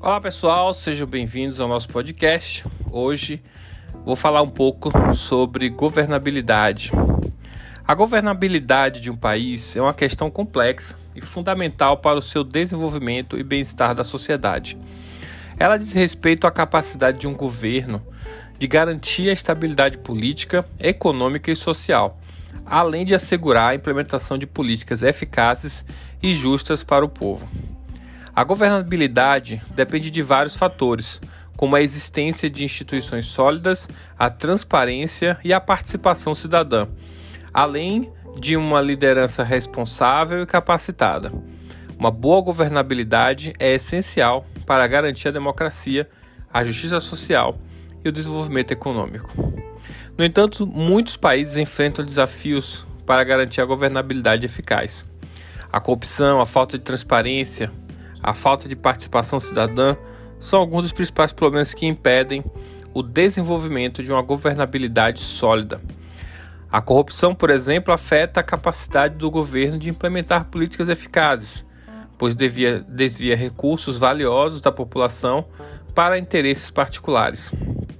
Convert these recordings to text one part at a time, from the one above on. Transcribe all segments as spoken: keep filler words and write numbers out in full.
Olá pessoal, sejam bem-vindos ao nosso podcast. Hoje vou falar um pouco sobre governabilidade. A governabilidade de um país é uma questão complexa e fundamental para o seu desenvolvimento e bem-estar da sociedade. Ela diz respeito à capacidade de um governo de garantir a estabilidade política, econômica e social, além de assegurar a implementação de políticas eficazes e justas para o povo. A governabilidade depende de vários fatores, como a existência de instituições sólidas, a transparência e a participação cidadã, além de uma liderança responsável e capacitada. Uma boa governabilidade é essencial para garantir a democracia, a justiça social e o desenvolvimento econômico. No entanto, muitos países enfrentam desafios para garantir a governabilidade eficaz. A corrupção, a falta de transparência, a falta de participação cidadã são alguns dos principais problemas que impedem o desenvolvimento de uma governabilidade sólida. A corrupção, por exemplo, afeta a capacidade do governo de implementar políticas eficazes, pois desvia, desvia recursos valiosos da população para interesses particulares.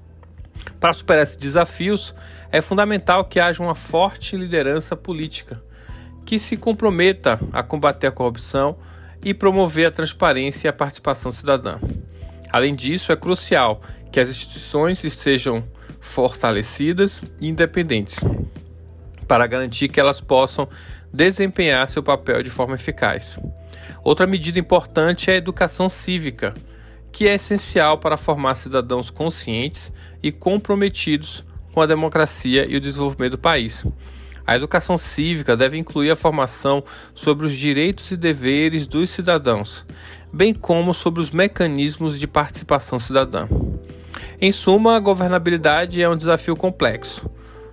Para superar esses desafios, é fundamental que haja uma forte liderança política que se comprometa a combater a corrupção e promover a transparência e a participação cidadã. Além disso, é crucial que as instituições sejam fortalecidas e independentes, para garantir que elas possam desempenhar seu papel de forma eficaz. Outra medida importante é a educação cívica, que é essencial para formar cidadãos conscientes e comprometidos com a democracia e o desenvolvimento do país. A educação cívica deve incluir a formação sobre os direitos e deveres dos cidadãos, bem como sobre os mecanismos de participação cidadã. Em suma, a governabilidade é um desafio complexo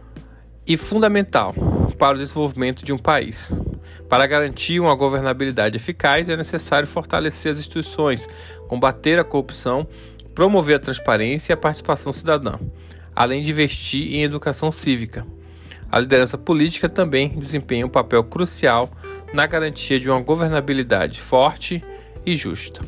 e fundamental para o desenvolvimento de um país. Para garantir uma governabilidade eficaz, é necessário fortalecer as instituições, combater a corrupção, promover a transparência e a participação cidadã, além de investir em educação cívica. A liderança política também desempenha um papel crucial na garantia de uma governabilidade forte e justa.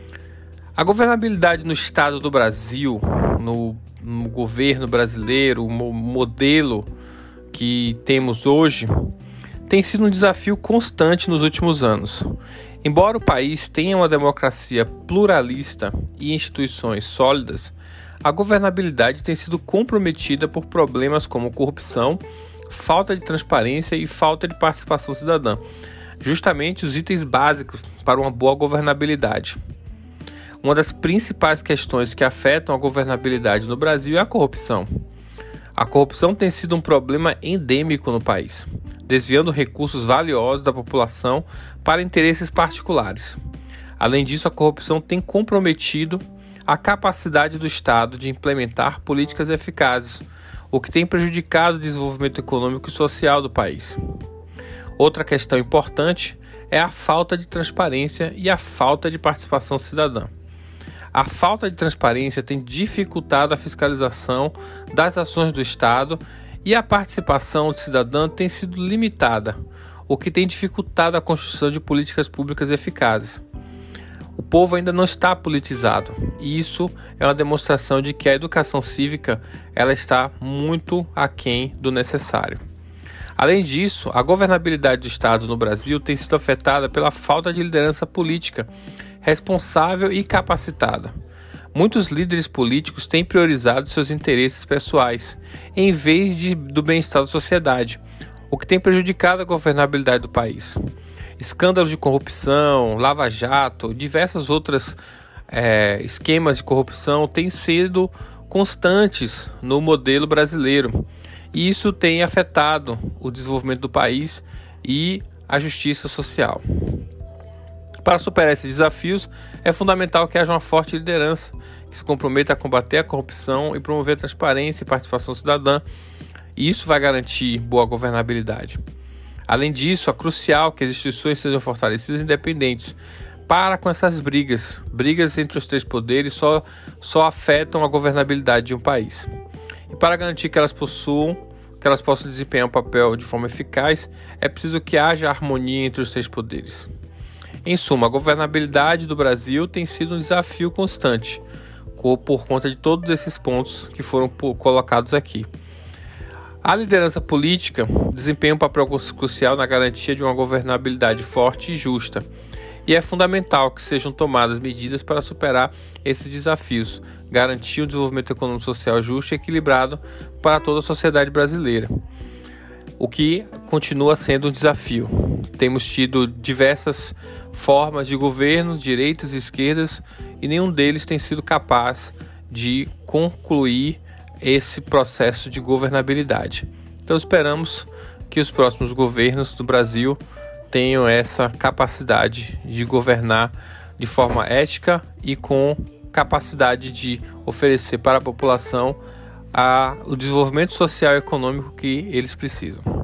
A governabilidade no Estado do Brasil, no, no governo brasileiro, o modelo que temos hoje, tem sido um desafio constante nos últimos anos. Embora o país tenha uma democracia pluralista e instituições sólidas, a governabilidade tem sido comprometida por problemas como corrupção, falta de transparência e falta de participação cidadã, justamente os itens básicos para uma boa governabilidade. Uma das principais questões que afetam a governabilidade no Brasil é a corrupção. A corrupção tem sido um problema endêmico no país, desviando recursos valiosos da população para interesses particulares. Além disso, a corrupção tem comprometido a capacidade do Estado de implementar políticas eficazes, o que tem prejudicado o desenvolvimento econômico e social do país. Outra questão importante é a falta de transparência e a falta de participação cidadã. A falta de transparência tem dificultado a fiscalização das ações do Estado e a participação do cidadão tem sido limitada, o que tem dificultado a construção de políticas públicas eficazes. O povo ainda não está politizado e isso é uma demonstração de que a educação cívica ela está muito aquém do necessário. Além disso, a governabilidade do Estado no Brasil tem sido afetada pela falta de liderança política responsável e capacitada. Muitos líderes políticos têm priorizado seus interesses pessoais em vez de, do bem-estar da sociedade, o que tem prejudicado a governabilidade do país. Escândalos de corrupção, lava-jato, diversas outras é, esquemas de corrupção têm sido constantes no modelo brasileiro e isso tem afetado o desenvolvimento do país e a justiça social. Para superar esses desafios, é fundamental que haja uma forte liderança que se comprometa a combater a corrupção e promover a transparência e participação cidadã, e isso vai garantir boa governabilidade. Além disso, é crucial que as instituições sejam fortalecidas e independentes. Para com essas brigas. Brigas entre os três poderes só, só afetam a governabilidade de um país. E para garantir que elas possuam, que elas possam desempenhar um papel de forma eficaz, é preciso que haja harmonia entre os três poderes. Em suma, a governabilidade do Brasil tem sido um desafio constante, por conta de todos esses pontos que foram colocados aqui. A liderança política desempenha um papel crucial na garantia de uma governabilidade forte e justa, e é fundamental que sejam tomadas medidas para superar esses desafios, garantir um desenvolvimento econômico e social justo e equilibrado para toda a sociedade brasileira, o que continua sendo um desafio. Temos tido diversas formas de governos, direitas e esquerdas, e nenhum deles tem sido capaz de concluir esse processo de governabilidade. Então esperamos que os próximos governos do Brasil tenham essa capacidade de governar de forma ética e com capacidade de oferecer para a população a, o desenvolvimento social e econômico que eles precisam.